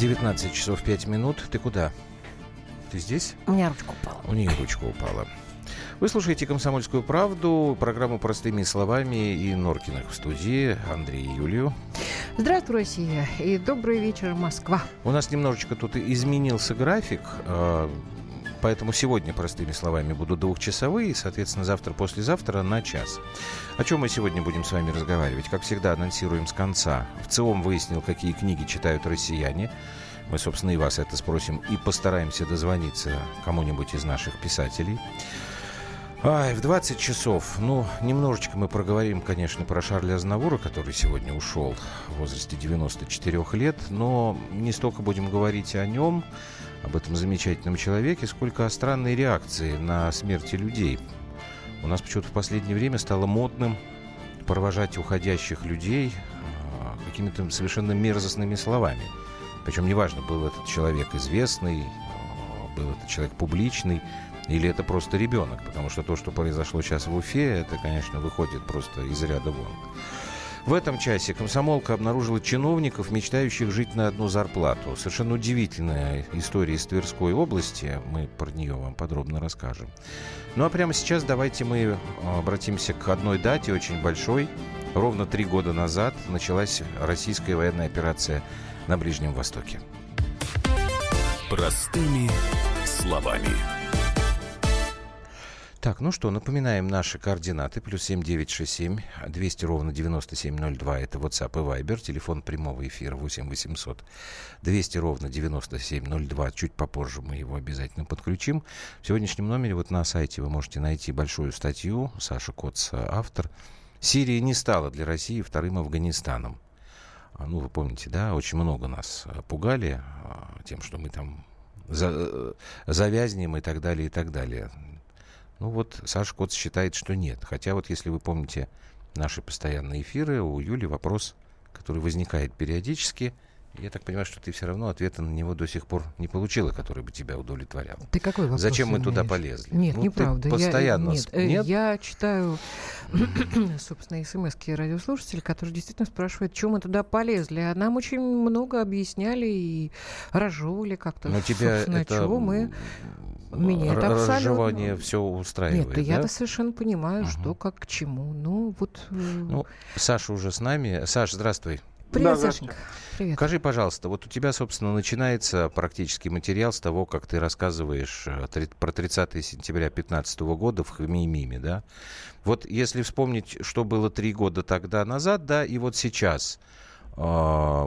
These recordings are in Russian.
19 часов 5 минут. Ты куда? Ты здесь? У меня ручка упала. У нее ручка упала. Вы слушаете «Комсомольскую правду», программу «Простыми словами» и Норкиных в студии. Андрей и Юлию. Здравствуй, Россия, и добрый вечер, Москва. У нас немножечко тут изменился график, поэтому сегодня «Простыми словами» будут двухчасовые, соответственно, завтра-послезавтра на час. О чем мы сегодня будем с вами разговаривать? Как всегда, анонсируем с конца. ВЦИОМ выяснил, какие книги читают россияне. Мы, собственно, и вас это спросим и постараемся дозвониться кому-нибудь из наших писателей. В 20 часов, немножечко мы проговорим, конечно, про Шарля Азнавура, который сегодня ушел в возрасте 94 лет, но не столько будем говорить о нем, об этом замечательном человеке, сколько о странной реакции на смерти людей. У нас почему-то в последнее время стало модным провожать уходящих людей какими-то совершенно мерзостными словами. Причем неважно, был этот человек известный, был этот человек публичный, или это просто ребенок, потому что то, что произошло сейчас в Уфе, это, конечно, выходит просто из ряда вон. В этом часе «Комсомолка» обнаружила чиновников, мечтающих жить на одну зарплату. Совершенно удивительная история из Тверской области. Мы про нее вам подробно расскажем. Ну а прямо сейчас давайте мы обратимся к одной дате, очень большой. Ровно 3 года назад началась российская военная операция на Ближнем Востоке. Простыми словами. Так, напоминаем наши координаты. +7 967 200 ровно 9702. Это WhatsApp и Viber. Телефон прямого эфира 8 800 200 ровно 9702. Чуть попозже мы его обязательно подключим. В сегодняшнем номере на сайте вы можете найти большую статью. Саша Коц, автор. Сирия не стала для России вторым Афганистаном. Вы помните, да, очень много нас пугали тем, что мы там завязнем и так далее, и так далее. Саша Коц считает, что нет. Хотя если вы помните наши постоянные эфиры, у Юли вопрос, который возникает периодически. Я так понимаю, что ты все равно ответа на него до сих пор не получила, который бы тебя удовлетворял. Ты какой вопрос? Зачем мы туда полезли? Нет, неправда. Постоянно. Нет? Я читаю, собственно, смс-ки радиослушателей, которые действительно спрашивают, чем мы туда полезли. А нам очень много объясняли и разжевывали как-то. Но тебя это... чего мы... Меня это абсолютно... Разжевание все устраивает, Нет, да? я-то совершенно понимаю, что, как, к чему. Саша уже с нами. Саш, здравствуй. Привет, Сашенька. Привет. Скажи, пожалуйста, у тебя, собственно, начинается практически материал с того, как ты рассказываешь про 30 сентября 2015 года в Хмеймиме, да? Если вспомнить, что было 3 года тогда назад, да, и сейчас, на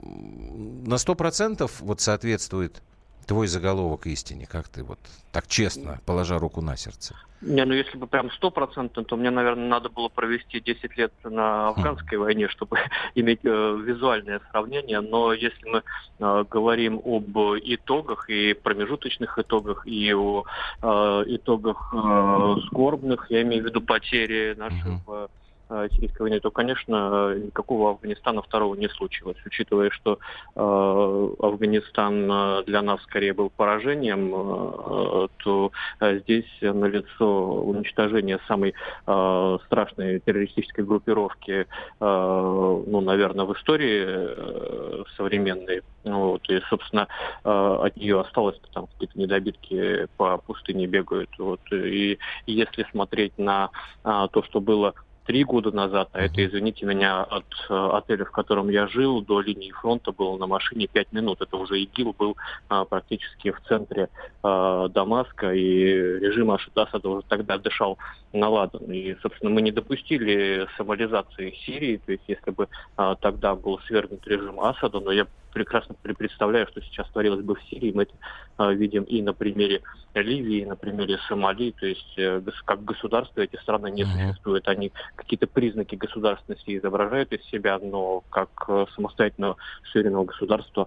100% соответствует твой заголовок истине, как ты так честно, положа руку на сердце? Если бы прям 100%, то мне, наверное, надо было провести 10 лет на афганской войне, чтобы иметь визуальное сравнение. Но если мы говорим об итогах и промежуточных итогах, и о итогах скорбных, я имею в виду потери наших сирийской войны, то, конечно, никакого Афганистана второго не случилось. Учитывая, что Афганистан для нас скорее был поражением, то здесь налицо уничтожение самой страшной террористической группировки, наверное, в истории современной. И, собственно, от нее осталось там какие-то недобитки по пустыне бегают. И если смотреть на то, что было 3 года назад, а это, извините меня, от отеля, в котором я жил, до линии фронта было на машине 5 минут. Это уже ИГИЛ был практически в центре Дамаска, и режим Асада уже тогда дышал на ладан. И, собственно, мы не допустили сомализации Сирии, то есть если бы тогда был свергнут режим Асада, но я прекрасно представляю, что сейчас творилось бы в Сирии. Мы это видим и на примере Ливии, и на примере Сомали. То есть как государство эти страны не существуют. Они какие-то признаки государственности изображают из себя, но как самостоятельного суверенного государства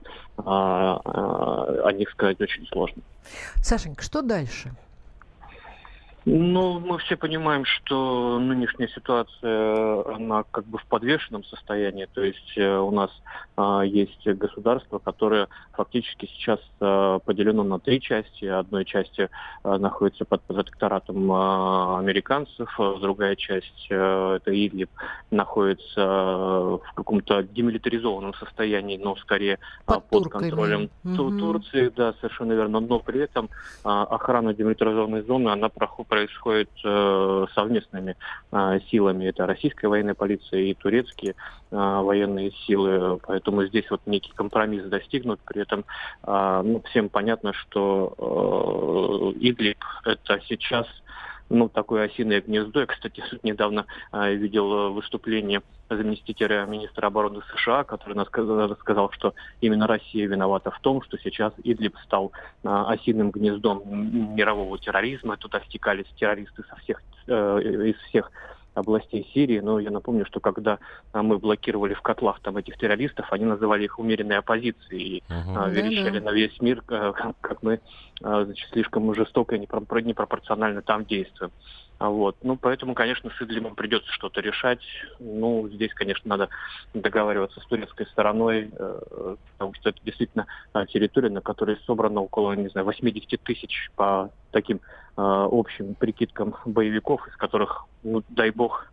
о них сказать очень сложно. Сашенька, что дальше? Ну, мы все понимаем, что нынешняя ситуация, она как бы в подвешенном состоянии. То есть у нас есть государство, которое фактически сейчас поделено на 3 части. Одной части находится под протекторатом американцев, другая часть, это Идлиб, находится в каком-то демилитаризованном состоянии, но скорее под контролем Турции. Да, совершенно верно. Но при этом охрана демилитаризованной зоны, она происходит совместными силами. Это российская военная полиция и турецкие военные силы. Поэтому здесь вот некий компромисс достигнут. При этом всем понятно, что Идлиб это сейчас такое осиное гнездо. Я, кстати, недавно видел выступление заместителя министра обороны США, который сказал, что именно Россия виновата в том, что сейчас Идлиб стал осиным гнездом мирового терроризма. Туда стекались террористы из всех областей Сирии. Но я напомню, что когда мы блокировали в котлах там этих террористов, они называли их умеренной оппозицией и верещали на весь мир, как мы слишком жестоко и непропорционально там действуем. Поэтому, конечно, с Идлибом придется что-то решать. Здесь, конечно, надо договариваться с турецкой стороной, потому что это действительно территория, на которой собрано около, 80 тысяч по таким общим прикидкам боевиков, из которых, дай бог,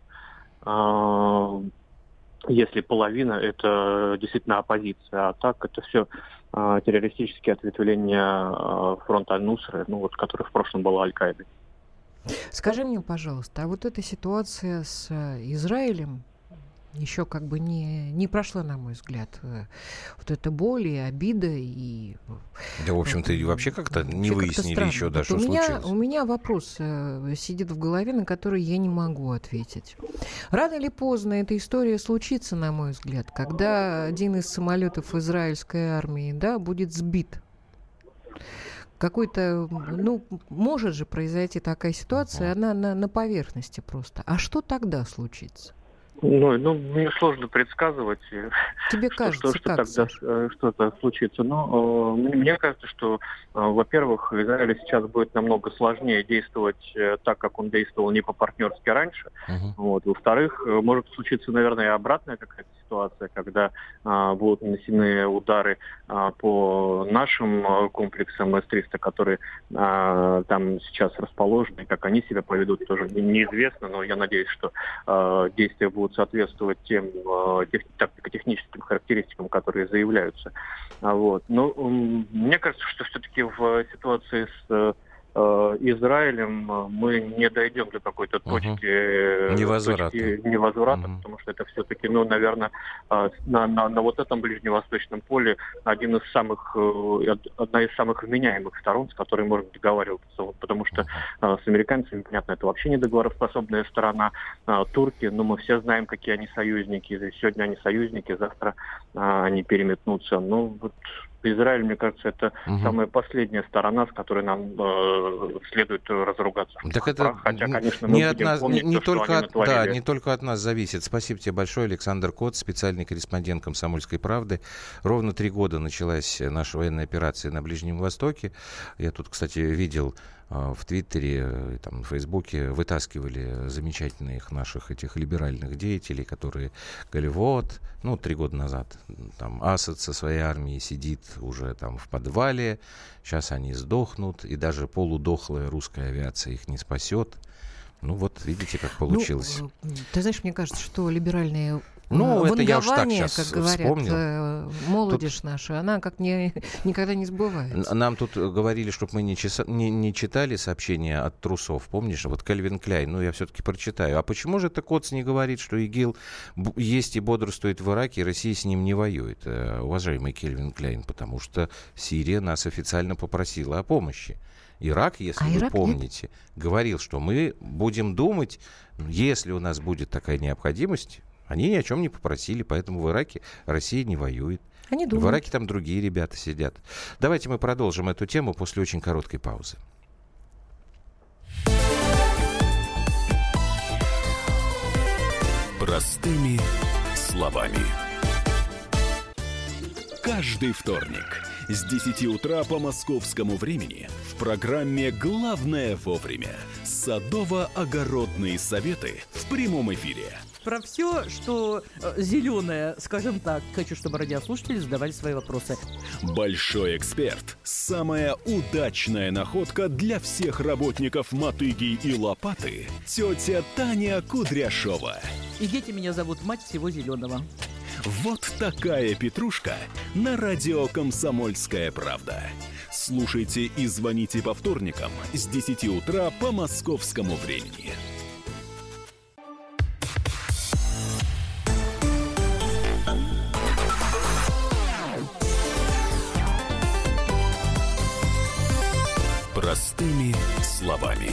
если половина, это действительно оппозиция, а так это все террористические ответвления фронта Аль-Нусры, который в прошлом была Аль-Каидой. Скажи мне, пожалуйста, а вот эта ситуация с Израилем еще как бы не прошла, на мой взгляд. Вот эта боль и обида и... Да, в общем-то, и вообще как-то не выяснили как-то еще, да, вот что случилось. У меня вопрос сидит в голове, на который я не могу ответить. Рано или поздно эта история случится, на мой взгляд, когда один из самолетов израильской армии, будет сбит. Какой-то, может же произойти такая ситуация, она на поверхности просто. А что тогда случится? Мне сложно предсказывать, Тебе кажется, что тогда что-то случится. Но мне кажется, что, во-первых, Израилю сейчас будет намного сложнее действовать так, как он действовал не по-партнерски раньше. Во-вторых, может случиться, наверное, обратная какая-то ситуация, когда будут нанесены удары по нашим комплексам С-300, которые там сейчас расположены. Как они себя поведут, тоже неизвестно, но я надеюсь, что действия будут соответствовать тем тактико-техническим характеристикам, которые заявляются. Мне кажется, что все-таки в ситуации с Израилем мы не дойдем до какой-то точки невозврата, потому что это все-таки, наверное, на вот этом ближневосточном поле одна из самых вменяемых сторон, с которой можно договариваться, потому что с американцами, понятно, это вообще не договороспособная сторона. Турки, мы все знаем, какие они союзники. Сегодня они союзники, завтра они переметнутся. Израиль, мне кажется, это самая последняя сторона, с которой нам следует разругаться. Так это хотя, конечно, мы будем помнить не только от нас зависит. Спасибо тебе большое, Александр Кот, специальный корреспондент «Комсомольской правды». Ровно 3 года началась наша военная операция на Ближнем Востоке. Я тут, кстати, видел в Твиттере, там, в Фейсбуке вытаскивали замечательных наших этих либеральных деятелей, которые говорили, 3 года назад там Асад со своей армией сидит уже там в подвале, сейчас они сдохнут, и даже полудохлая русская авиация их не спасет. Видите, как получилось. Ты знаешь, мне кажется, что либеральные это я уж так сейчас как говорят, вспомнил. Молодежь наша, она как никогда не сбывается. Нам тут говорили, чтобы мы не читали сообщения от трусов. Помнишь, Кельвин Кляйн, я все-таки прочитаю. А почему же Коц не говорит, что ИГИЛ есть и бодрствует в Ираке, и Россия с ним не воюет, уважаемый Кельвин Кляйн? Потому что Сирия нас официально попросила о помощи. Ирак, если вы помните, говорил, что мы будем думать, если у нас будет такая необходимость. Они ни о чем не попросили, поэтому в Ираке Россия не воюет. Они думают. В Ираке там другие ребята сидят. Давайте мы продолжим эту тему после очень короткой паузы. Простыми словами. Каждый вторник с 10 утра по московскому времени в В программе «Главное вовремя» садово-огородные советы в прямом эфире. Про все, что зеленое, скажем так. Хочу, чтобы радиослушатели задавали свои вопросы. Большой эксперт. Самая удачная находка для всех работников мотыги и лопаты. Тетя Таня Кудряшова. И дети меня зовут мать всего зеленого. Вот такая петрушка на радио «Комсомольская правда». Слушайте и звоните по вторникам с 10 утра по московскому времени. Простыми словами.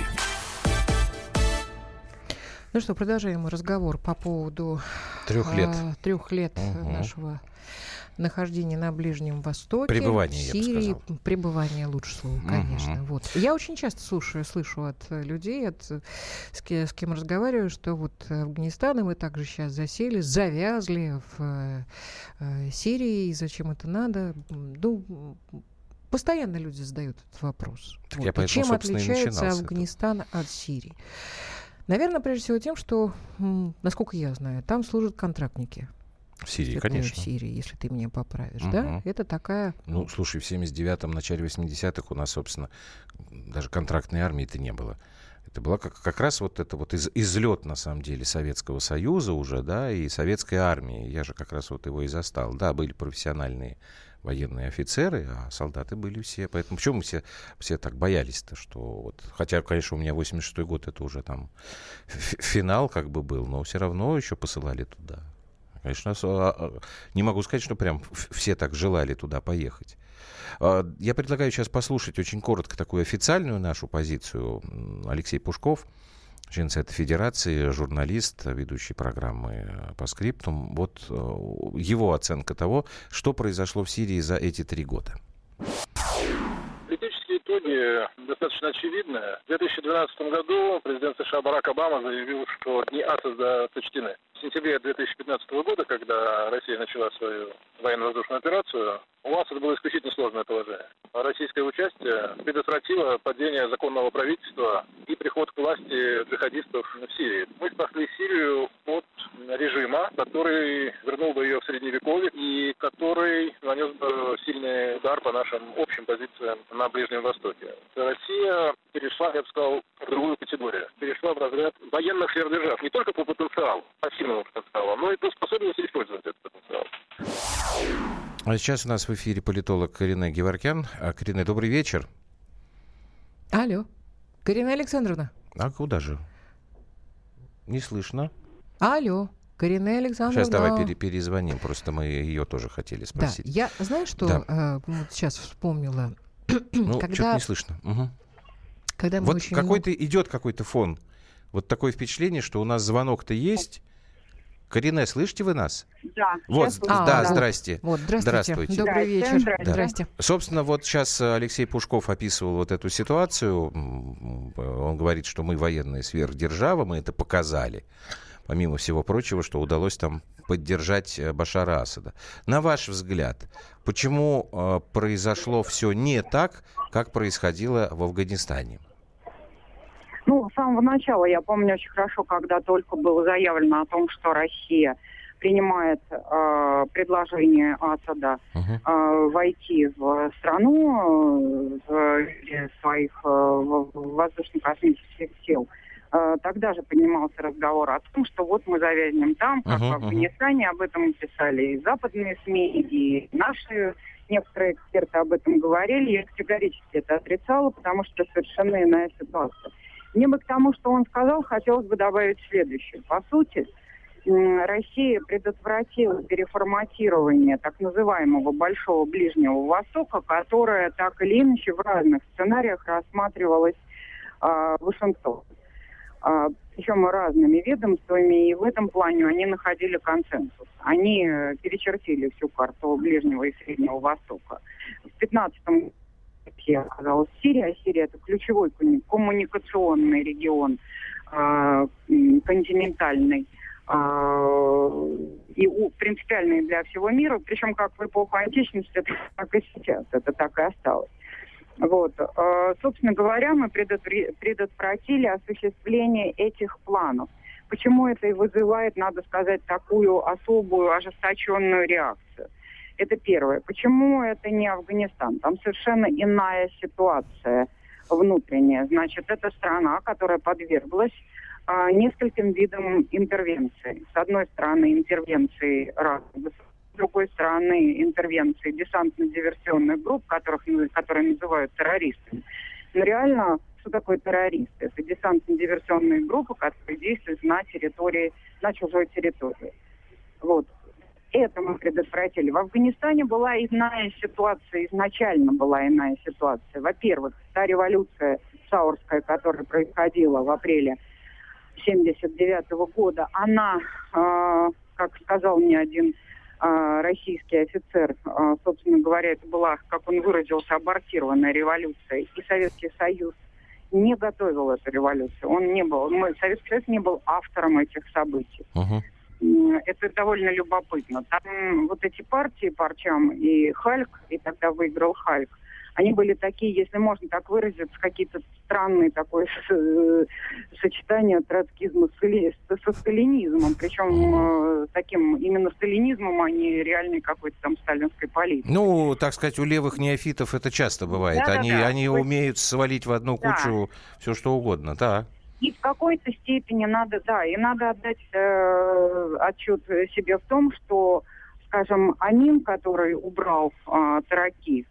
Ну что, продолжаем разговор по поводу 3 лет. 3 лет нашего нахождения на Ближнем Востоке. Пребывание, Сирии, я бы сказал. Пребывание лучше слово, конечно. Вот. Я очень часто слышу от людей, с кем разговариваю, что вот Афганистан, мы также сейчас засели, завязли в Сирии, и зачем это надо? Ну, постоянно люди задают этот вопрос. Так вот. я поэтому, Чем собственно, и отличается начинал с Афганистан от Сирии? Наверное, прежде всего тем, что, насколько я знаю, там служат контрактники. В Сирии, Это конечно. В Сирии, если ты меня поправишь, да? Это такая... Ну, слушай, в 79-м, начале 80-х у нас, собственно, даже контрактной армии-то не было. Это была как раз вот это вот излет, на самом деле, Советского Союза уже, да, и советской армии. Я же как раз вот его и застал. Да, были профессиональные военные офицеры, а солдаты были все. Поэтому почему мы все так боялись-то, что вот... Хотя, конечно, у меня 86-й год, это уже там финал как бы был, но все равно еще посылали туда. Конечно, не могу сказать, что прям все так желали туда поехать. Я предлагаю сейчас послушать очень коротко такую официальную нашу позицию. Алексей Пушков, член Совета Федерации, журналист, ведущий программы «По скриптум». Вот его оценка того, что произошло в Сирии за эти 3 года. Политические итоги достаточно очевидны. В 2012 году президент США Барак Обама заявил, что дни Асада сочтены. В сентябре 2015 года, когда Россия начала свою военно-воздушную операцию, у Асада было исключительно сложное положение. Российское участие предотвратило падение законного правительства и приход к власти джихадистов в Сирии. Мы спасли Сирию от режима, который вернул бы ее в Средневековье и который нанес бы сильный удар по нашим общим позициям на Ближнем Востоке. Россия перешла, я бы сказал, в другую категорию. Перешла в разряд военных сверхдержав. Не только по потенциалу, пассивному потенциалу, но и по способности использовать этот потенциал. А сейчас у нас в эфире политолог Каринэ Геворкян. Каринэ, добрый вечер. Алло, Каринэ Александровна. А куда же? Не слышно. Алло, Каринэ Александровна. Сейчас давай перезвоним, просто мы ее тоже хотели спросить. Да, я, знаешь, что вот сейчас вспомнила? Ну, когда... что-то не слышно. Угу. Когда мы вот очень идет какой-то фон. Вот такое впечатление, что у нас звонок-то есть. Каринэ, слышите вы нас? Да. Вот, да, здрасте. Вот, здравствуйте. Добрый вечер. Здрасте. Собственно, вот сейчас Алексей Пушков описывал вот эту ситуацию. Он говорит, что мы военная сверхдержава, мы это показали. Помимо всего прочего, что удалось там поддержать Башара Асада. На ваш взгляд, почему произошло все не так, как происходило в Афганистане? Ну, с самого начала, я помню очень хорошо, когда только было заявлено о том, что Россия принимает предложение Асада войти в страну в своих воздушно-космических сил. Тогда же поднимался разговор о том, что вот мы завязнем там, как в Афганистане, об этом писали и западные СМИ, и наши некоторые эксперты об этом говорили. Я категорически это отрицала, потому что совершенно иная ситуация. Мне бы к тому, что он сказал, хотелось бы добавить следующее. По сути, Россия предотвратила переформатирование так называемого Большого Ближнего Востока, которое так или иначе в разных сценариях рассматривалось Вашингтоном. Причем разными ведомствами, и в этом плане они находили консенсус. Они перечертили всю карту Ближнего и Среднего Востока. В 15-м оказалась Сирия. Сирия – это ключевой коммуникационный регион, континентальный, и принципиальный для всего мира. Причем как в эпоху античности, это так и сейчас, это так и осталось. Вот. Собственно говоря, мы предотвратили осуществление этих планов. Почему это и вызывает, надо сказать, такую особую ожесточенную реакцию? Это первое. Почему это не Афганистан? Там совершенно иная ситуация внутренняя. Значит, это страна, которая подверглась нескольким видам интервенций. С одной стороны, интервенции разных, с другой стороны, интервенции десантно-диверсионных групп, которые называют террористами. Но реально, что такое террористы? Это десантно-диверсионные группы, которые действуют на чужой территории. Вот. Это мы предотвратили. В Афганистане была иная ситуация, изначально была иная ситуация. Во-первых, та революция саурская, которая происходила в апреле 1979 года, она, как сказал мне один российский офицер, собственно говоря, это была, как он выразился, абортированная революция. И Советский Союз не готовил эту революцию. Советский Союз не был автором этих событий. Это довольно любопытно. Там вот эти партии, Парчам и Хальк, и тогда выиграл Хальк, они были такие, если можно так выразиться, какие-то странные такое сочетание троцкизма со сталинизмом. Причем таким именно сталинизмом, а не реальной какой-то там сталинской политикой. Ну, так сказать, у левых неофитов это часто бывает. Они умеют свалить в одну кучу все что угодно, да. И в какой-то степени надо отдать отчет себе в том, что, скажем, Амин, который убрал Тараки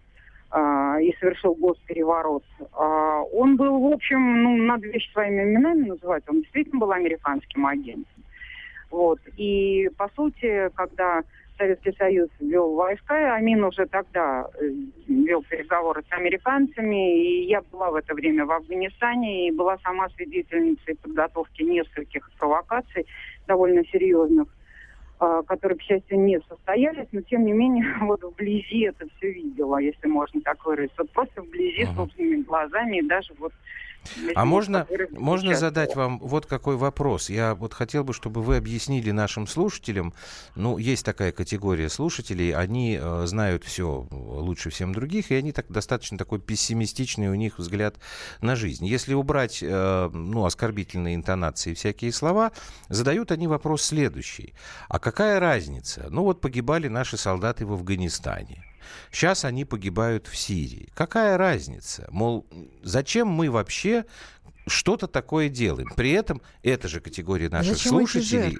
и совершил госпереворот, он был, в общем, надо вещи своими именами называть, он действительно был американским агентом. Вот. И, по сути, когда Советский Союз ввел войска, Амин уже тогда вел переговоры с американцами, и я была в это время в Афганистане и была сама свидетельницей подготовки нескольких провокаций довольно серьезных, которые, к счастью, не состоялись, но, тем не менее, вот вблизи это все видела, если можно так выразиться. Вот просто вблизи, собственными глазами, и даже вот... А можно задать вам вот какой вопрос? Я вот хотел бы, чтобы вы объяснили нашим слушателям, есть такая категория слушателей, они знают все лучше всем других, и они достаточно такой пессимистичный у них взгляд на жизнь. Если убрать, оскорбительные интонации и всякие слова, задают они вопрос следующий. А какая разница? Погибали наши солдаты в Афганистане. Сейчас они погибают в Сирии. Какая разница? Мол, зачем мы вообще что-то такое делаем? При этом эта же категория наших слушателей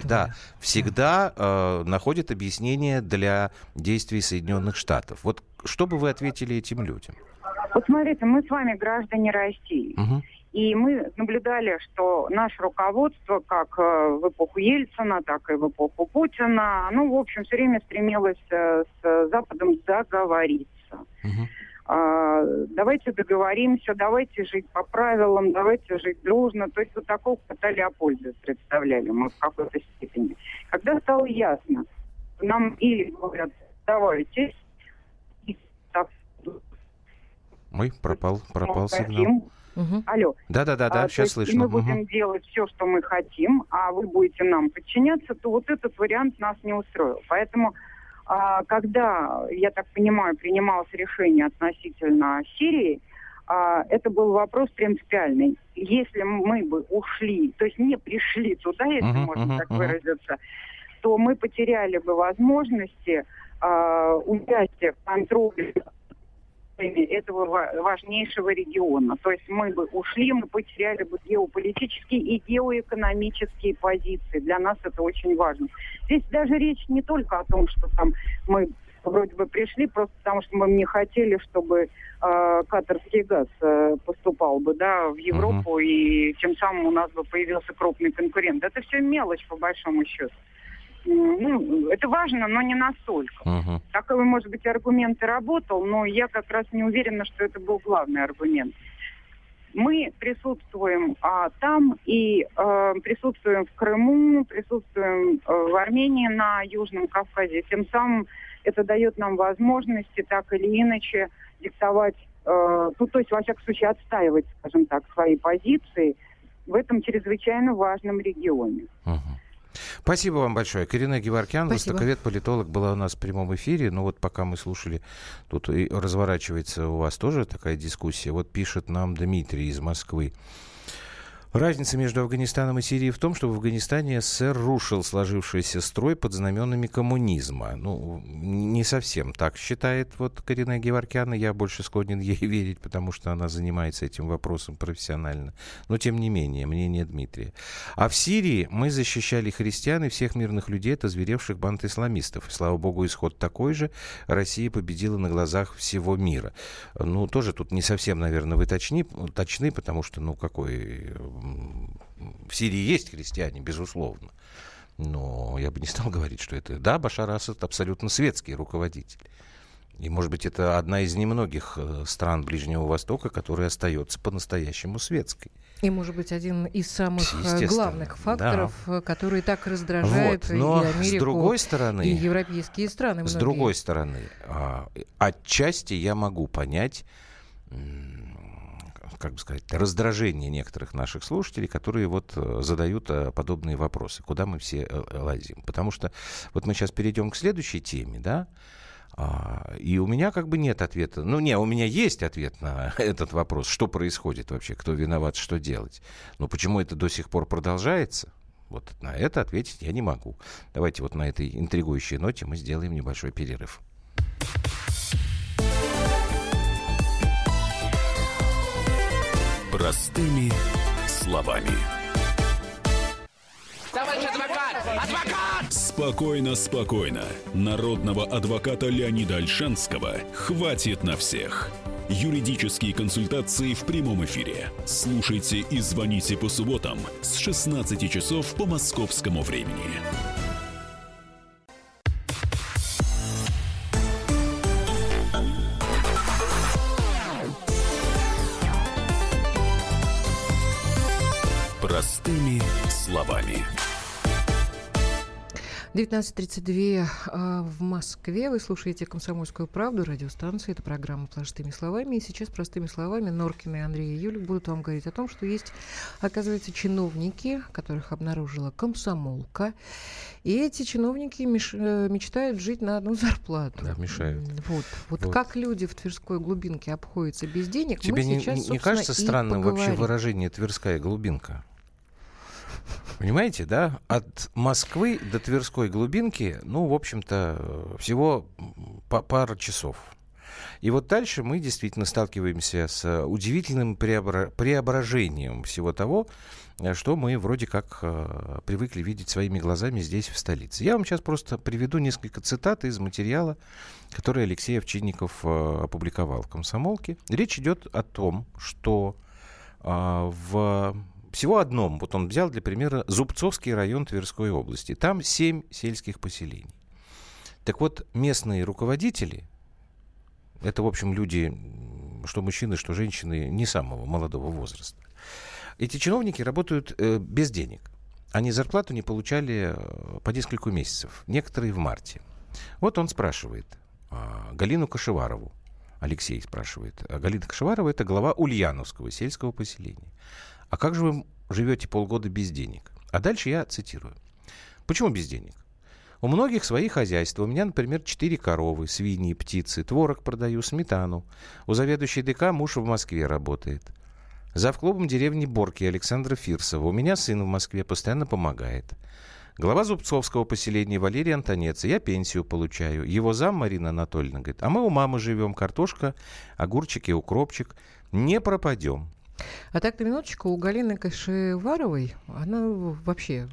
всегда находит объяснение для действий Соединенных Штатов. Вот что бы вы ответили этим людям? Вот смотрите, мы с вами граждане России. И мы наблюдали, что наше руководство, как в эпоху Ельцина, так и в эпоху Путина, в общем, все время стремилось с Западом договориться. Давайте договоримся, давайте жить по правилам, давайте жить дружно. То есть вот такого кота Леопольда представляли мы в какой-то степени. Когда стало ясно, нам или говорят, давайте... пропал сигнал. Алло. Да, сейчас слышно. Мы будем делать все, что мы хотим, а вы будете нам подчиняться, то вот этот вариант нас не устроил. Поэтому, когда, я так понимаю, принималось решение относительно Сирии, это был вопрос принципиальный. Если мы бы ушли, то есть не пришли туда, если можно так выразиться, то мы потеряли бы возможности участия в контроле этого важнейшего региона. То есть мы бы ушли, мы потеряли бы геополитические и геоэкономические позиции. Для нас это очень важно. Здесь даже речь не только о том, что там мы вроде бы пришли, просто потому что мы не хотели, чтобы катарский газ поступал бы в Европу, и тем самым у нас бы появился крупный конкурент. Это все мелочь, по большому счету. Это важно, но не настолько. Такой, может быть, аргумент и работал, но я как раз не уверена, что это был главный аргумент. Мы присутствуем там и присутствуем в Крыму, присутствуем в Армении на Южном Кавказе. Тем самым это дает нам возможности так или иначе диктовать, то есть, во всяком случае, отстаивать, скажем так, свои позиции в этом чрезвычайно важном регионе. Спасибо вам большое. Карина Геворкян, востоковед, политолог, была у нас в прямом эфире. Но вот пока мы слушали, тут и разворачивается у вас тоже такая дискуссия. Вот пишет нам Дмитрий из Москвы. Разница между Афганистаном и Сирией в том, что в Афганистане СССР рушил сложившийся строй под знаменами коммунизма. Ну, не совсем так считает вот Карина Геворкян. Я больше склонен ей верить, потому что она занимается этим вопросом профессионально. Но, тем не менее, мнение Дмитрия. А в Сирии мы защищали христиан и всех мирных людей от озверевших банд исламистов. И, слава богу, исход такой же. Россия победила на глазах всего мира. Ну, тоже тут не совсем, наверное, вы точны, потому что, ну, какой... В Сирии есть христиане, безусловно. Но я бы не стал говорить, что это... Да, Башар Асад абсолютно светский руководитель. И, может быть, это одна из немногих стран Ближнего Востока, которая остается по-настоящему светской. И, может быть, один из самых главных факторов, да, который так раздражает вот. Но и Америку, с другой стороны, и европейские страны. С другой стороны, отчасти я могу понять... как бы сказать, раздражение некоторых наших слушателей, которые вот задают подобные вопросы. Куда мы все лазим? Потому что вот мы сейчас перейдем к следующей теме, да, и у меня как бы нет ответа. Ну, у меня есть ответ на этот вопрос. Что происходит вообще? Кто виноват? Что делать? Но почему это до сих пор продолжается? Вот на это ответить я не могу. Давайте вот на этой интригующей ноте мы сделаем небольшой перерыв. Простыми словами. Товарищ адвокат! Адвокат! Спокойно, спокойно. Народного адвоката Леонида Ольшанского хватит на всех. Юридические консультации в прямом эфире. Слушайте и звоните по субботам с 16 часов по московскому времени. Простыми словами. 19:32 в Москве. Вы слушаете «Комсомольскую правду», радиостанцию. Это программа «Простыми словами». И сейчас простыми словами Норкин и Андрей и Юля будут вам говорить о том, что есть, оказывается, чиновники, которых обнаружила комсомолка. И эти чиновники мечтают жить на одну зарплату. Да, мешают. Вот как люди в Тверской глубинке обходятся без денег, тебе мы сейчас, не кажется странным поговорим. Вообще выражение «Тверская глубинка»? Понимаете, да? От Москвы до Тверской глубинки, ну, в общем-то, всего пара часов. И вот дальше мы действительно сталкиваемся с удивительным преображением всего того, что мы вроде как привыкли видеть своими глазами здесь, в столице. Я вам сейчас просто приведу несколько цитат из материала, который Алексей Овчинников опубликовал в «Комсомолке». Речь идет о том, что в всего одном, вот он взял для примера Зубцовский район Тверской области. Там 7 сельских поселений. Так вот, местные руководители, это, в общем, люди, что мужчины, что женщины, не самого молодого возраста. Эти чиновники работают без денег. Они зарплату не получали по несколько месяцев, некоторые в марте. Вот он спрашивает Галину Кашеварову, Алексей спрашивает. Галина Кашеварова — это глава Ульяновского сельского поселения. А как же вы живете полгода без денег? А дальше я цитирую. Почему без денег? У многих свои хозяйства. У меня, например, 4 коровы, свиньи, птицы, творог продаю, сметану. У заведующей ДК муж в Москве работает. Завклубом деревни Борки Александра Фирсова. У меня сын в Москве постоянно помогает. Глава Зубцовского поселения Валерий Антонец. Я пенсию получаю. Его зам Марина Анатольевна говорит, а мы у мамы живем. Картошка, огурчики, укропчик. Не пропадем. А так, на минуточку, у Галины Кашеваровой, она вообще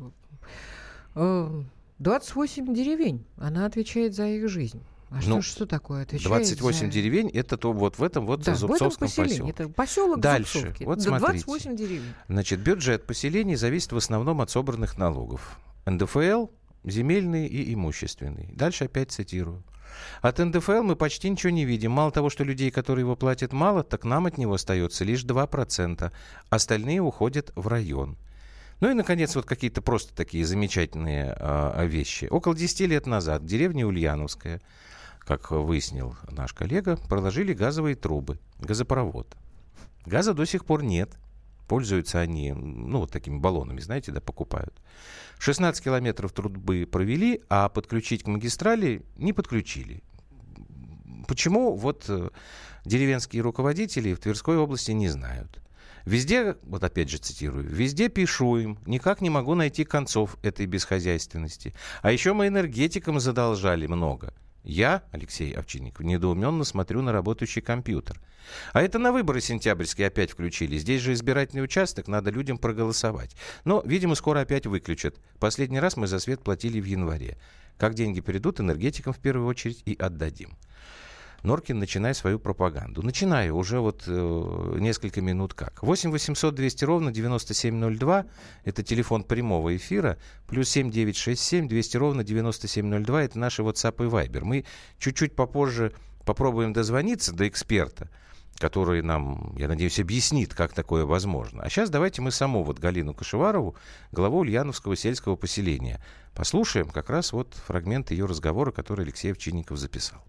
28 деревень, она отвечает за их жизнь. А что такое отвечает 28 деревень, это то вот в этом вот Зубцовском поселке. Это поселок дальше, Зубцовки. Вот смотрите. 28 деревень. Значит, бюджет поселений зависит в основном от собранных налогов. НДФЛ, земельный и имущественный. Дальше опять цитирую. От НДФЛ мы почти ничего не видим. Мало того, что людей, которые его платят, мало, так нам от него остается лишь 2%. Остальные уходят в район. Ну и, наконец, вот какие-то просто такие замечательные вещи. Около 10 лет назад в деревне Ульяновская, как выяснил наш коллега, проложили газовые трубы, газопровод. Газа до сих пор нет. Пользуются они, вот такими баллонами, знаете, да, покупают. 16 километров трубы провели, а подключить к магистрали не подключили. Почему? Вот деревенские руководители в Тверской области не знают. Везде, вот опять же цитирую, везде пишу им, никак не могу найти концов этой бесхозяйственности. А еще мы энергетикам задолжали много. Я, Алексей Овчинников, недоуменно смотрю на работающий компьютер. А это на выборы сентябрьские опять включили. Здесь же избирательный участок, надо людям проголосовать. Но, видимо, скоро опять выключат. Последний раз мы за свет платили в январе. Как деньги придут, энергетикам в первую очередь и отдадим. Норкин, начинай свою пропаганду. Начинаю уже несколько минут как. 8 800 200 ровно 9702. Это телефон прямого эфира. Плюс 7 967 200 ровно 9702. Это наши WhatsApp и Viber. Мы чуть-чуть попозже попробуем дозвониться до эксперта, который нам, я надеюсь, объяснит, как такое возможно. А сейчас давайте мы саму Галину Кашеварову, главу Ульяновского сельского поселения, послушаем как раз фрагмент ее разговора, который Алексей Овчинников записал.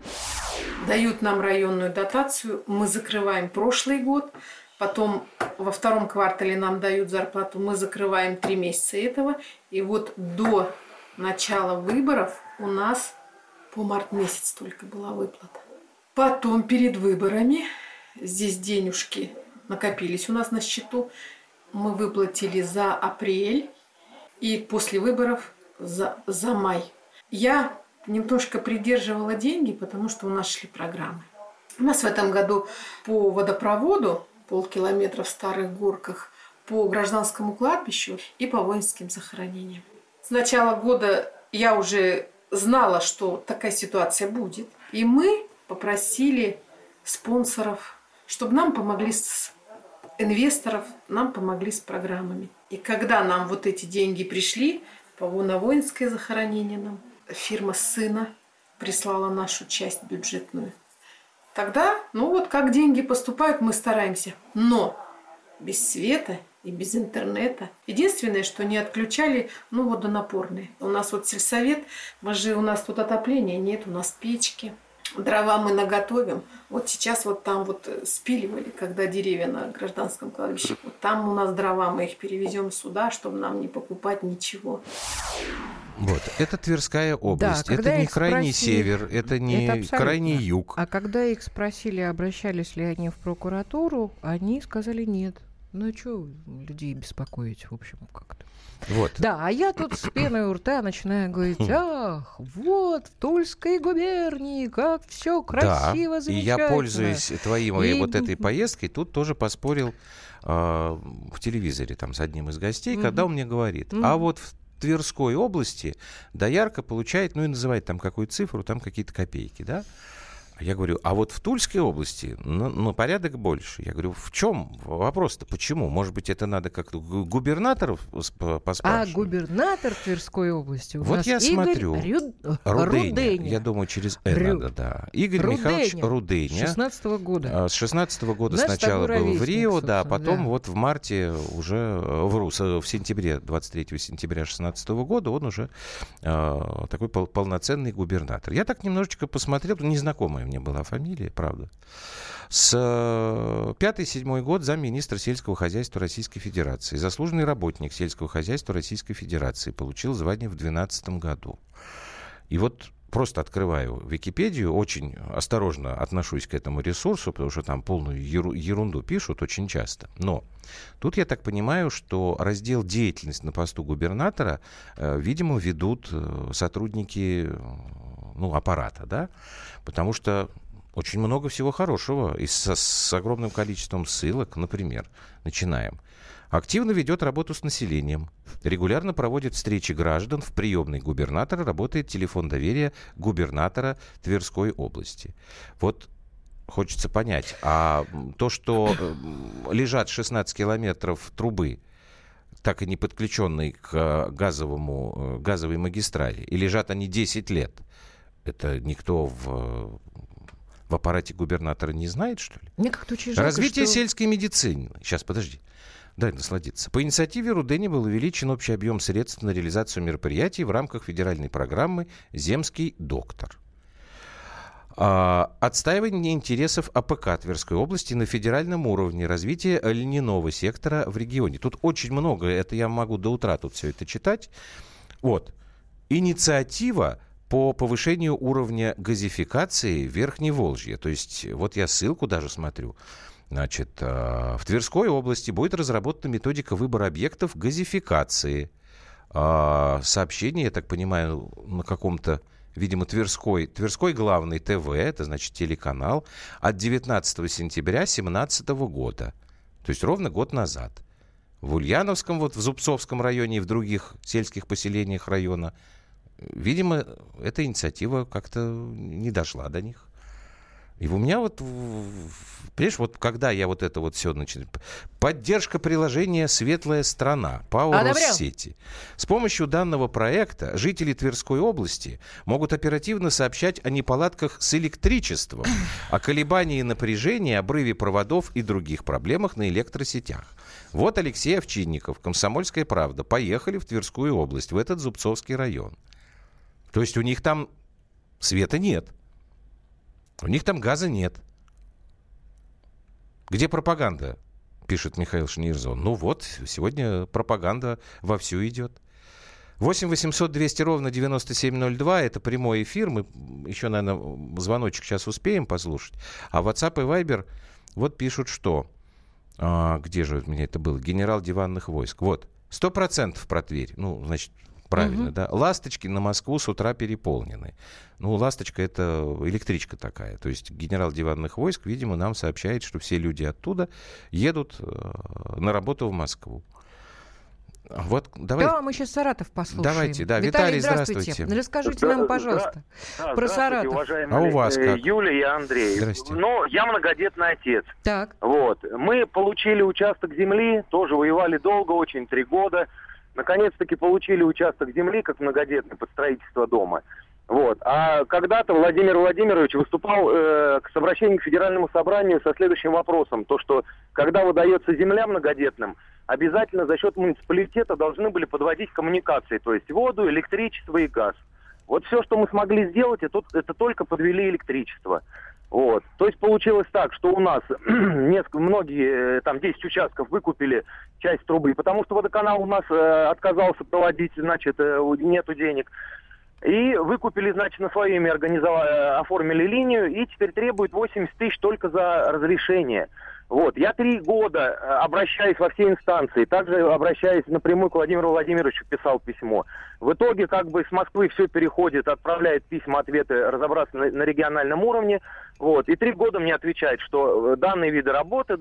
Дают нам районную дотацию, мы закрываем прошлый год, потом во втором квартале нам дают зарплату, мы закрываем 3 месяца этого, и до начала выборов у нас по март месяц только была выплата. Потом перед выборами, здесь денежки накопились у нас на счету, мы выплатили за апрель и после выборов за май. Я немножко придерживала деньги, потому что у нас шли программы. У нас в этом году по водопроводу 0,5 километра в Старых Горках, по гражданскому кладбищу и по воинским захоронениям. С начала года я уже знала, что такая ситуация будет. И мы попросили спонсоров, чтобы нам помогли инвесторов, нам помогли с программами. И когда нам эти деньги пришли, на воинское захоронение нам фирма сына прислала нашу часть бюджетную. Тогда, как деньги поступают, мы стараемся. Но без света и без интернета. Единственное, что не отключали, водонапорные. У нас сельсовет, у нас тут отопления нет, у нас печки. Дрова мы наготовим. Сейчас там спиливали, когда деревья на гражданском кладбище. Там у нас дрова, мы их перевезем сюда, чтобы нам не покупать ничего. Это Тверская область, да, это не крайний север, это не крайний юг. А когда их спросили, обращались ли они в прокуратуру, они сказали нет. Что людей беспокоить, в общем, как-то. Да, а я тут с пеной у рта начинаю говорить, ах, в Тульской губернии, как все красиво, замечательно. И я, пользуясь твоей этой поездкой, тут тоже поспорил в телевизоре с одним из гостей, когда он мне говорит, а в Тверской области доярка получает, и называет какую цифру, какие-то копейки, да? Я говорю, а в Тульской области на порядок больше. Я говорю, в чем вопрос-то? Почему? Может быть, это надо как-то губернаторов поспрашивать? А губернатор Тверской области у нас я Игорь смотрю. Руденя. Я думаю, через надо, да. Игорь Михайлович Руденя. С 16-го года. С 16-го года сначала был в Рио, да, потом в марте уже в сентябре, 23 сентября 16-го года он уже такой полноценный губернатор. Я так немножечко посмотрел, незнакомая мне была фамилия, правда. С 5-7 год замминистра сельского хозяйства Российской Федерации. Заслуженный работник сельского хозяйства Российской Федерации. Получил звание в 2012 году. И просто открываю Википедию, очень осторожно отношусь к этому ресурсу, потому что там полную ерунду пишут очень часто. Но тут я так понимаю, что раздел «Деятельность на посту губернатора», видимо, ведут сотрудники аппарата, да, потому что очень много всего хорошего и с огромным количеством ссылок, например, начинаем. Активно ведет работу с населением, регулярно проводит встречи граждан, в приемной губернатора работает телефон доверия губернатора Тверской области. Хочется понять, а то, что лежат 16 километров трубы, так и не подключенной к газовой магистрали, и лежат они 10 лет, это никто в аппарате губернатора не знает, что ли? Мне как-то очень жалко, развитие сельской медицины. Сейчас, подожди. Дай насладиться. По инициативе Рудени был увеличен общий объем средств на реализацию мероприятий в рамках федеральной программы «Земский доктор». Отстаивание интересов АПК Тверской области на федеральном уровне, развитие льняного сектора в регионе. Тут очень много, это я могу до утра тут все это читать. Вот. Инициатива по повышению уровня газификации Верхневолжья. То есть, вот я ссылку даже смотрю. Значит, в Тверской области будет разработана методика выбора объектов газификации. Сообщение, я так понимаю, на каком-то, видимо, Тверской главный ТВ, это значит телеканал, от 19 сентября 2017 года. То есть ровно год назад. В Ульяновском, вот в Зубцовском районе и в других сельских поселениях района, видимо, эта инициатива как-то не дошла до них. И у меня вот, понимаешь, вот когда я вот это вот все начинаю... Поддержка приложения «Светлая страна» ПАО Россети. С помощью данного проекта жители Тверской области могут оперативно сообщать о неполадках с электричеством, о колебании напряжения, обрыве проводов и других проблемах на электросетях. Вот Алексей Овчинников, «Комсомольская правда», поехали в Тверскую область, в этот Зубцовский район. То есть у них там света нет. У них там газа нет. Где пропаганда, пишет Михаил Шнирзон. Ну вот, сегодня пропаганда вовсю идет. 8 800 200 ровно 9702. Это прямой эфир. Мы еще, наверное, звоночек сейчас успеем послушать. А WhatsApp и Viber вот пишут, что... где же у меня это было? Генерал диванных войск. Вот, 100% про Тверь. Ну, значит... Правильно, да. Ласточки на Москву с утра переполнены. Ну, ласточка — это электричка такая. То есть генерал диванных войск, видимо, нам сообщает, что все люди оттуда едут на работу в Москву. Вот, давай. Да, мы сейчас Саратов послушаем. Давайте, да. Виталий, здравствуйте. Расскажите нам, пожалуйста, про Саратов. Уважаемые, у вас как? Юлия и Андрей. Здрасте. Ну, я многодетный отец. Так. Вот. Мы получили участок земли, тоже воевали долго, очень, 3 года. Наконец-таки получили участок земли, как многодетный, под строительство дома. Вот. А когда-то Владимир Владимирович выступал с обращением к Федеральному собранию со следующим вопросом. То, что когда выдается земля многодетным, обязательно за счет муниципалитета должны были подводить коммуникации. То есть воду, электричество и газ. Вот все, что мы смогли сделать, это только подвели электричество. Вот. То есть получилось так, что у нас многие, там 10 участков выкупили часть трубы, потому что водоканал у нас отказался проводить, значит, нету денег. И выкупили, значит, на свое имя оформили линию, и теперь требуют 80 тысяч только за разрешение. Вот. Я 3 года обращаюсь во все инстанции, также обращаюсь напрямую к Владимиру Владимировичу, писал письмо. В итоге как бы с Москвы все переходит, отправляет письма, ответы, разобраться на региональном уровне. Вот. И 3 года мне отвечают, что данные виды работы,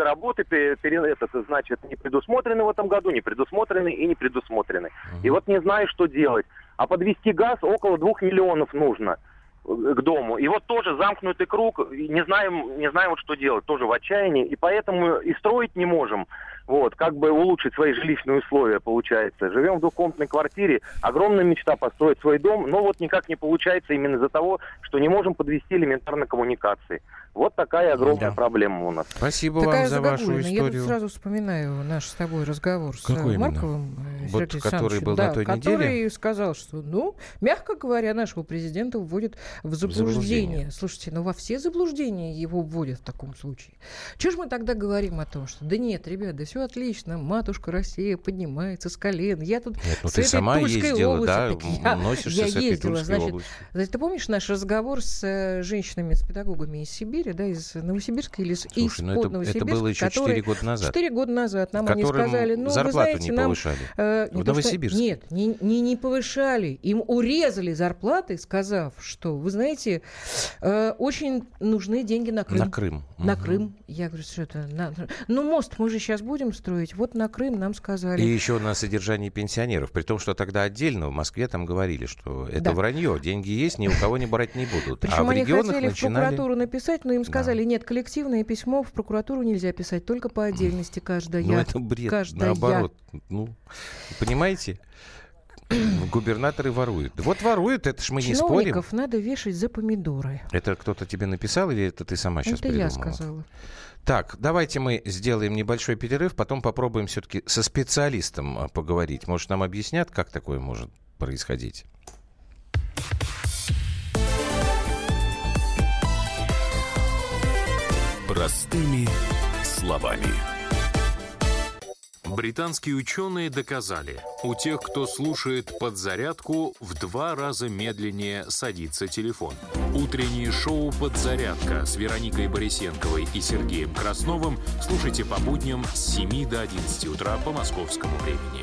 значит, не предусмотрены в этом году, не предусмотрены и не предусмотрены. И вот не знаю, что делать. А подвести газ около 2 миллионов нужно к дому. И вот тоже замкнутый круг, не знаем вот что делать, тоже в отчаянии, и поэтому и строить не можем. Вот, как бы улучшить свои жилищные условия, получается. Живем в двухкомнатной квартире, огромная мечта построить свой дом, но вот никак не получается именно из-за того, что не можем подвести элементарно коммуникации. Вот такая огромная проблема у нас. Спасибо вам за вашу историю. Я тут сразу вспоминаю наш с тобой разговор с Марковым Сергеем который был на той неделе? Который сказал, что, мягко говоря, нашего президента вводят в заблуждение. Слушайте, во все заблуждения его вводят в таком случае. Чего же мы тогда говорим о том, что да нет, ребят, да все отлично, матушка Россия поднимается с колен. Я тут с ты этой сама Тульской ездила, области. Да, носишься с этой Тульской области. Ты помнишь наш разговор с женщинами, с педагогами из Сибири, да, из Новосибирска или из-под Новосибирска? Это было еще 4 года назад. 4 года назад нам они сказали, зарплату вы знаете, не повышали. В Новосибирске? Нет, не повышали. Им урезали зарплаты, сказав, что, вы знаете, очень нужны деньги на Крым. На Крым. Я говорю, что это... мост мы же сейчас будем строить. Вот на Крым нам сказали. И еще на содержание пенсионеров. При том, что тогда отдельно в Москве там говорили, что это вранье. Деньги есть, ни у кого не брать не будут. Причем они хотели в прокуратуру написать, но им сказали, нет, коллективное письмо в прокуратуру нельзя писать, только по отдельности каждая. Это бред, наоборот. Понимаете? Губернаторы воруют. Вот воруют, это ж мы не спорим. Чиновников надо вешать за помидоры. Это кто-то тебе написал или это ты сама сейчас придумала? Это я сказала. Так, давайте мы сделаем небольшой перерыв, потом попробуем все-таки со специалистом поговорить. Может, нам объяснят, как такое может происходить? Простыми словами. Британские ученые доказали, у тех, кто слушает «Подзарядку», в 2 раза медленнее садится телефон. Утреннее шоу «Подзарядка» с Вероникой Борисенковой и Сергеем Красновым слушайте по будням с 7 до 11 утра по московскому времени.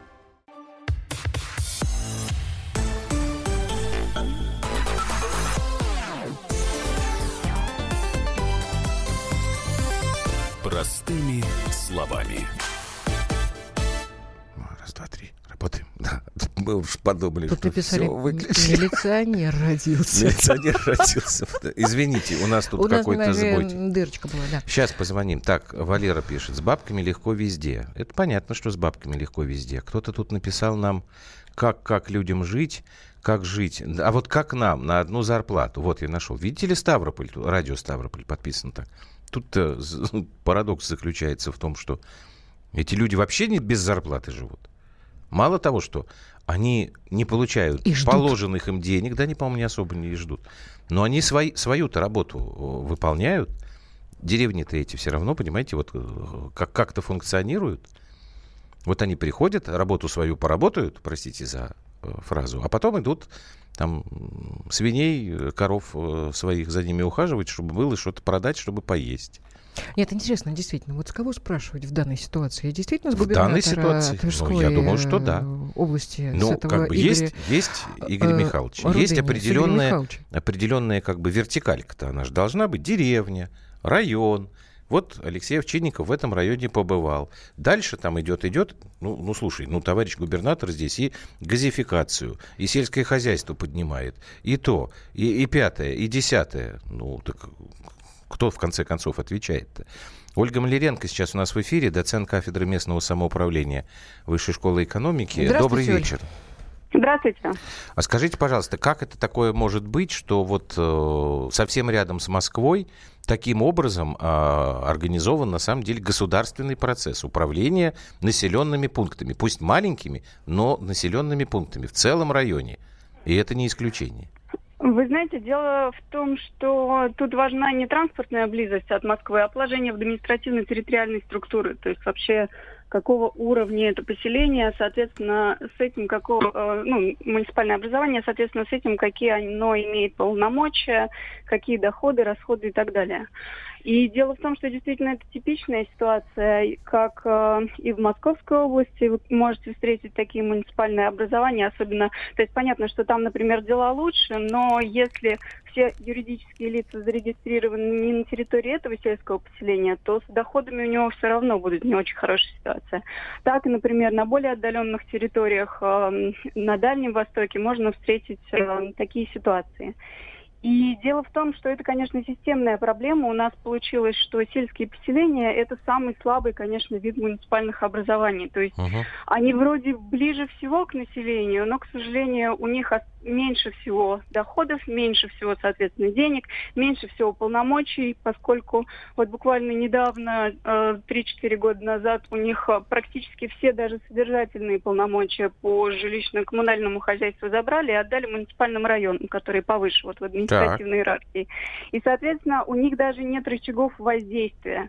Простыми словами. Раз, два, три. Работаем. Да. Мы уж подумали, тут что написали, все выключили. Милиционер родился. Милиционер родился. Извините, у нас тут какой-то сбой. Дырочка была, да. Сейчас позвоним. Так, Валера пишет. С бабками легко везде. Это понятно, что с бабками легко везде. Кто-то тут написал нам, как людям жить, как жить. А вот как нам на одну зарплату. Вот я нашел. Видите ли Ставрополь? Радио Ставрополь подписано так. Тут парадокс заключается в том, что эти люди вообще не без зарплаты живут. Мало того, что они не получают положенных им денег, да, они, по-моему, не особо не ждут, но они свою-то работу выполняют. Деревни-то эти все равно, понимаете, вот как-то функционируют. Вот они приходят, работу свою поработают, простите за фразу, а потом идут там свиней, коров своих за ними ухаживать, чтобы было что-то продать, чтобы поесть. Нет, интересно, действительно, вот с кого спрашивать в данной ситуации? Действительно, с губернатора Тверской я думаю, что да. области? Ну, с этого как бы Игоря... есть Игорь Михайлович, Рудыня, есть определенная как бы вертикалька-то, она же должна быть деревня, район. Вот Алексей Овчинников в этом районе побывал. Дальше там идет, ну, слушай, товарищ губернатор здесь и газификацию, и сельское хозяйство поднимает, и то, и пятое, и десятое. Ну, так кто, в конце концов, отвечает-то? Ольга Маляренко сейчас у нас в эфире, доцент кафедры местного самоуправления Высшей школы экономики. Добрый вечер. Здравствуйте. А скажите, пожалуйста, как это такое может быть, что вот совсем рядом с Москвой таким образом организован, на самом деле, государственный процесс управления населенными пунктами, пусть маленькими, но населенными пунктами в целом районе. И это не исключение. Вы знаете, дело в том, что тут важна не транспортная близость от Москвы, а положение в административно-территориальной структуре. То есть вообще какого уровня это поселение, соответственно, с этим муниципальное образование, соответственно, с этим, какие оно имеет полномочия, какие доходы, расходы и так далее. И дело в том, что действительно это типичная ситуация, как и в Московской области вы можете встретить такие муниципальные образования, особенно, то есть понятно, что там, например, дела лучше, но если все юридические лица зарегистрированы не на территории этого сельского поселения, то с доходами у него все равно будет не очень хорошая ситуация. Так, например, на более отдаленных территориях на Дальнем Востоке можно встретить такие ситуации. И дело в том, что это, конечно, системная проблема. У нас получилось, что сельские поселения – это самый слабый, конечно, вид муниципальных образований. То есть они вроде ближе всего к населению, но, к сожалению, у них меньше всего доходов, меньше всего, соответственно, денег, меньше всего полномочий, поскольку вот буквально недавно, 3-4 года назад, у них практически все даже содержательные полномочия по жилищно-коммунальному хозяйству забрали и отдали муниципальным районам, которые повыше вот в административной иерархии. И, соответственно, у них даже нет рычагов воздействия.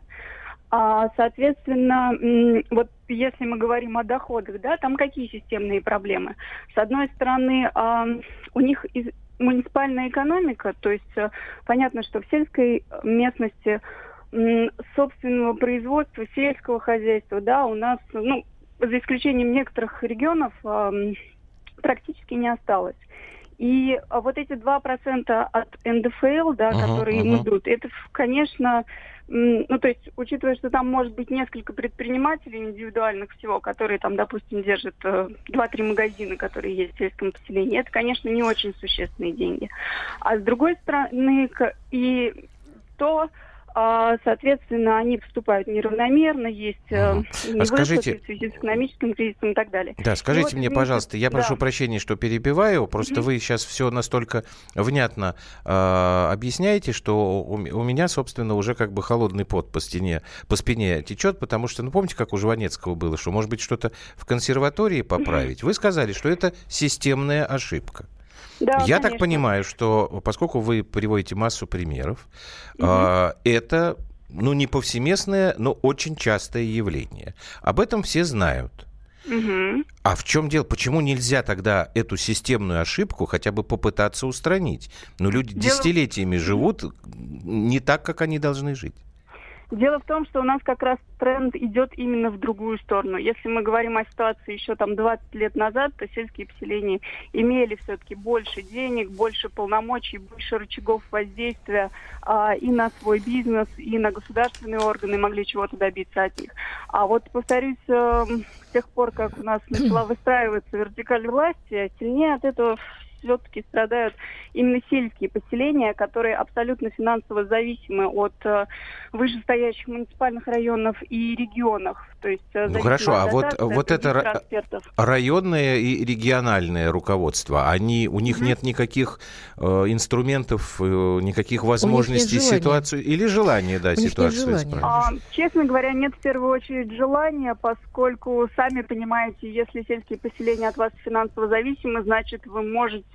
Соответственно, вот если мы говорим о доходах, да, там какие системные проблемы? С одной стороны, у них муниципальная экономика, то есть понятно, что в сельской местности собственного производства, сельского хозяйства, да, у нас, за исключением некоторых регионов, практически не осталось. И вот эти 2% от НДФЛ, да, которые им идут, это, конечно, то есть, учитывая, что там может быть несколько предпринимателей индивидуальных всего, которые там, допустим, держат 2-3 магазина, которые есть в сельском поселении, это, конечно, не очень существенные деньги. А с другой стороны, и то... соответственно, они поступают неравномерно, есть невыплаты в связи с экономическим кризисом и так далее. Да, скажите мне, пожалуйста, я прошу прощения, что перебиваю, просто вы сейчас все настолько внятно объясняете, что у меня, собственно, уже как бы холодный пот по спине течет, потому что, помните, как у Жванецкого было, что, может быть, что-то в консерватории поправить? Вы сказали, что это системная ошибка. Да, я конечно. так понимаю, что поскольку вы приводите массу примеров, это не повсеместное, но очень частое явление. Об этом все знают. Угу. А в чем дело? Почему нельзя тогда эту системную ошибку хотя бы попытаться устранить? Люди десятилетиями живут не так, как они должны жить. Дело в том, что у нас как раз тренд идет именно в другую сторону. Если мы говорим о ситуации еще 20 лет назад, то сельские поселения имели все-таки больше денег, больше полномочий, больше рычагов воздействия и на свой бизнес, и на государственные органы, могли чего-то добиться от них. А вот, повторюсь, с тех пор, как у нас начала выстраиваться вертикаль власти, сильнее от этого все-таки страдают именно сельские поселения, которые абсолютно финансово зависимы от вышестоящих муниципальных районов и регионов. То есть, хорошо, а вот это районное и региональное руководство, у них нет никаких инструментов, никаких возможностей ситуацию или желания, ситуацию исправить? Честно говоря, нет в первую очередь желания, поскольку, сами понимаете, если сельские поселения от вас финансово зависимы, значит, вы можете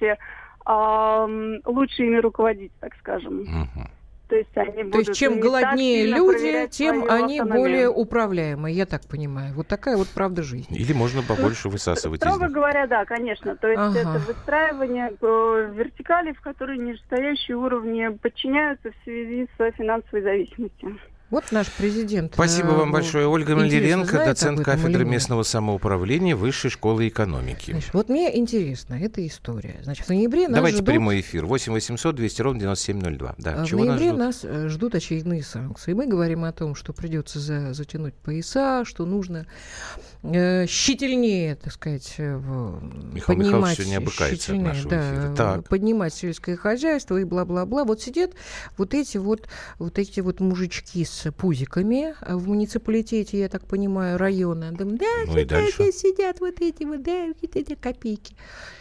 лучше ими руководить, так скажем. То есть, чем голоднее люди, тем они более управляемые, я так понимаю. Вот такая вот правда жизни. Или можно побольше высасывать из них. Строго говоря, да, конечно. То есть это выстраивание вертикали, в которые нижестоящие уровни подчиняются в связи с финансовой зависимостью. Вот наш президент. Спасибо вам большое. Ольга Маляренко, доцент кафедры местного самоуправления Высшей школы экономики. Значит, вот мне интересна эта история. Значит, в ноябре нас ждут... прямой эфир. 8 800 200 ровно 9702. Да, в ноябре нас ждут очередные санкции. Мы говорим о том, что придется затянуть пояса, что нужно щительнее, так сказать, поднимать, поднимать сельское хозяйство и бла-бла-бла. Вот сидят вот эти вот мужички с пузиками в муниципалитете, я так понимаю, района. Сидят вот эти копейки.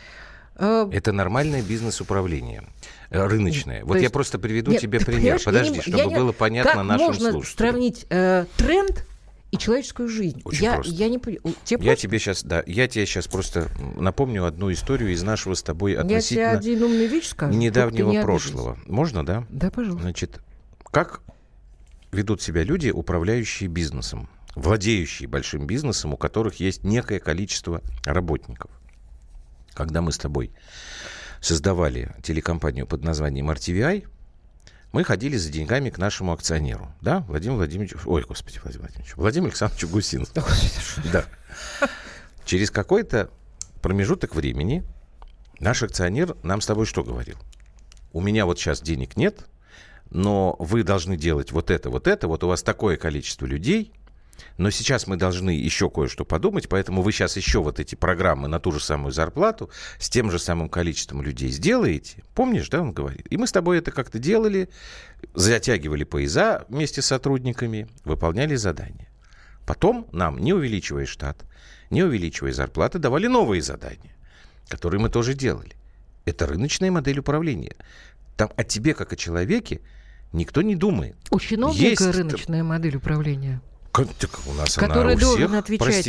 Это нормальное бизнес-управление, рыночное. Вот я просто приведу тебе пример. Подожди, чтобы было понятно нашим слушателям. Как можно сравнить тренд и человеческую жизнь? Я не понимаю. Я тебе сейчас просто напомню одну историю из нашего с тобой относительно недавнего прошлого. Можно, да? Да, пожалуйста. Значит, как ведут себя люди, управляющие бизнесом, владеющие большим бизнесом, у которых есть некое количество работников. Когда мы с тобой создавали телекомпанию под названием RTVI, мы ходили за деньгами к нашему акционеру, да, Владимиру Владимировичу, Владимиру Александровичу Гусину. Да. Через какой-то промежуток времени наш акционер нам с тобой что говорил? У меня вот сейчас денег нет, но вы должны делать вот это, вот у вас такое количество людей, но сейчас мы должны еще кое-что подумать, поэтому вы сейчас еще вот эти программы на ту же самую зарплату с тем же самым количеством людей сделаете. Помнишь, да, он говорит? И мы с тобой это как-то делали, затягивали пояса вместе с сотрудниками, выполняли задания. Потом нам, не увеличивая штат, не увеличивая зарплаты, давали новые задания, которые мы тоже делали. Это рыночная модель управления. Там о тебе, как о человеке, никто не думает. У чиновника рыночная модель управления. У нас который она у должен всех. отвечать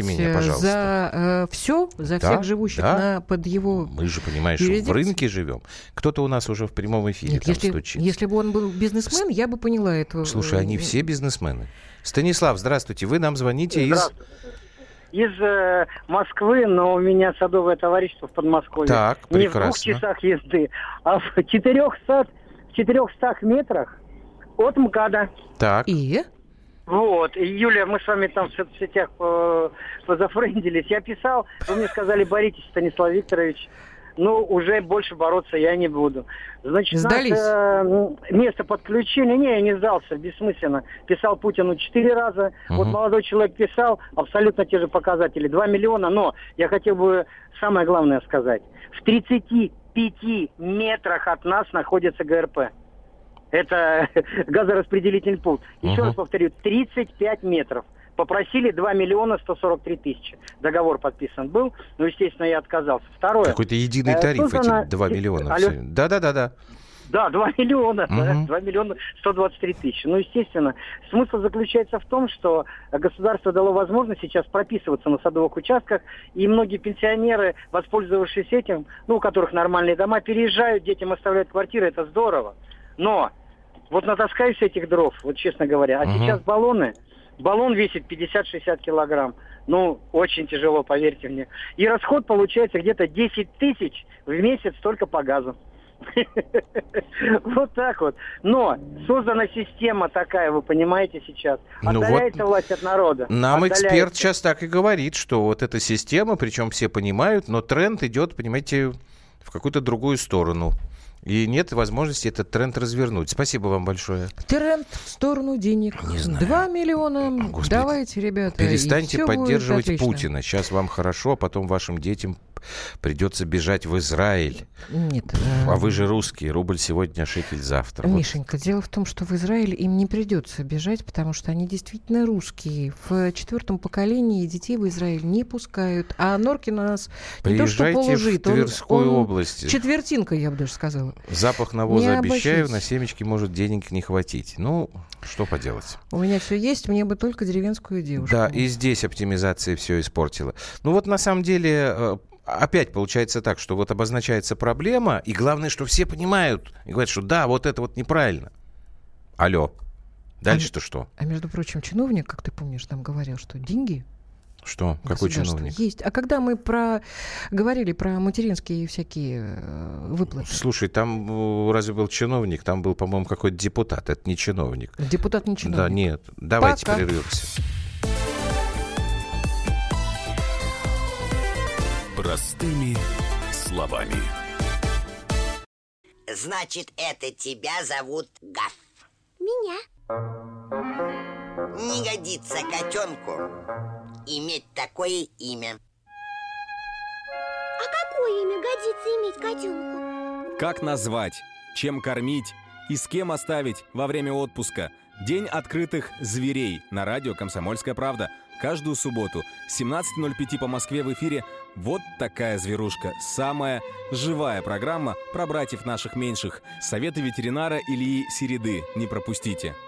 за все, за всех живущих под его Мы же, понимаешь, в рынке живем. Кто-то у нас уже в прямом эфире стучит. Если бы он был бизнесмен, я бы поняла этого. Слушай, они все бизнесмены. Станислав, здравствуйте. Вы нам звоните из Москвы, но у меня садовое товарищество в Подмосковье. Так, прекрасно. Не в 2 часах езды, а в 400 метрах от МКАДа. Так. И? Вот, Юлия, мы с вами там в соцсетях позафрендились. Я писал, вы мне сказали, боритесь, Станислав Викторович. Уже больше бороться я не буду. Значит, место подключения, я не сдался, бессмысленно. Писал Путину 4 раза. Вот молодой человек писал, абсолютно те же показатели, 2 миллиона. Но я хотел бы самое главное сказать. В 35 метрах от нас находится ГРП. Это газораспределительный пункт. Еще раз повторю, 35 метров. Попросили 2 миллиона 143 тысячи. Договор подписан был, но, естественно, я отказался. Второе. Какой-то единый тариф эти 2 миллиона. Да. Да, 2 миллиона, 2 миллиона 123 тысячи. Естественно, смысл заключается в том, что государство дало возможность сейчас прописываться на садовых участках, и многие пенсионеры, воспользовавшись этим, у которых нормальные дома, переезжают, детям оставляют квартиры, это здорово. Но Вот натаскаешься этих дров, вот честно говоря. А сейчас баллон весит 50-60 килограмм. Ну, очень тяжело, поверьте мне. И расход получается где-то 10 тысяч в месяц только по газу. Вот так вот. Но создана система такая, вы понимаете, сейчас. Отдаляется власть от народа. Нам эксперт сейчас так и говорит, что вот эта система, причем все понимают, но тренд идет, понимаете, в какую-то другую сторону. И нет возможности этот тренд развернуть. Спасибо вам большое. Тренд в сторону денег. Не знаю. 2 миллиона. Господи, давайте, ребята. Перестаньте поддерживать Путина. Сейчас вам хорошо, а потом вашим детям придется бежать в Израиль. Нет. А вы же русские. Рубль сегодня, шекель завтра. Мишенька, вот. Дело в том, что в Израиль им не придется бежать, потому что они действительно русские. В 4-м поколении детей в Израиль не пускают. А Норкин у нас не то что полужит. В Тверскую область. Четвертинка, я бы даже сказала. Запах навоза обещаю, на семечки может денег не хватить. Ну, что поделать. У меня все есть, мне бы только деревенскую девушку. Да, и здесь оптимизация все испортила. Ну вот на самом деле... Опять получается так, что вот обозначается проблема, и главное, что все понимают, и говорят, что да, вот это вот неправильно. Алло. Дальше-то что? А между прочим, чиновник, как ты помнишь, нам говорил, что деньги... Что? Какой чиновник? Есть. А когда мы говорили про материнские всякие выплаты? Слушай, там разве был чиновник? Там был, по-моему, какой-то депутат. Это не чиновник. Депутат не чиновник? Да, нет. Давайте прервемся. Простыми словами. Значит, это тебя зовут Гав? Меня. Не годится котенку иметь такое имя. А какое имя годится иметь котенку? Как назвать, чем кормить и с кем оставить во время отпуска? День открытых зверей на радио «Комсомольская правда». Каждую субботу с 17:05 по Москве в эфире «Вот такая зверушка». Самая живая программа про братьев наших меньших. Советы ветеринара Ильи Середы. Не пропустите.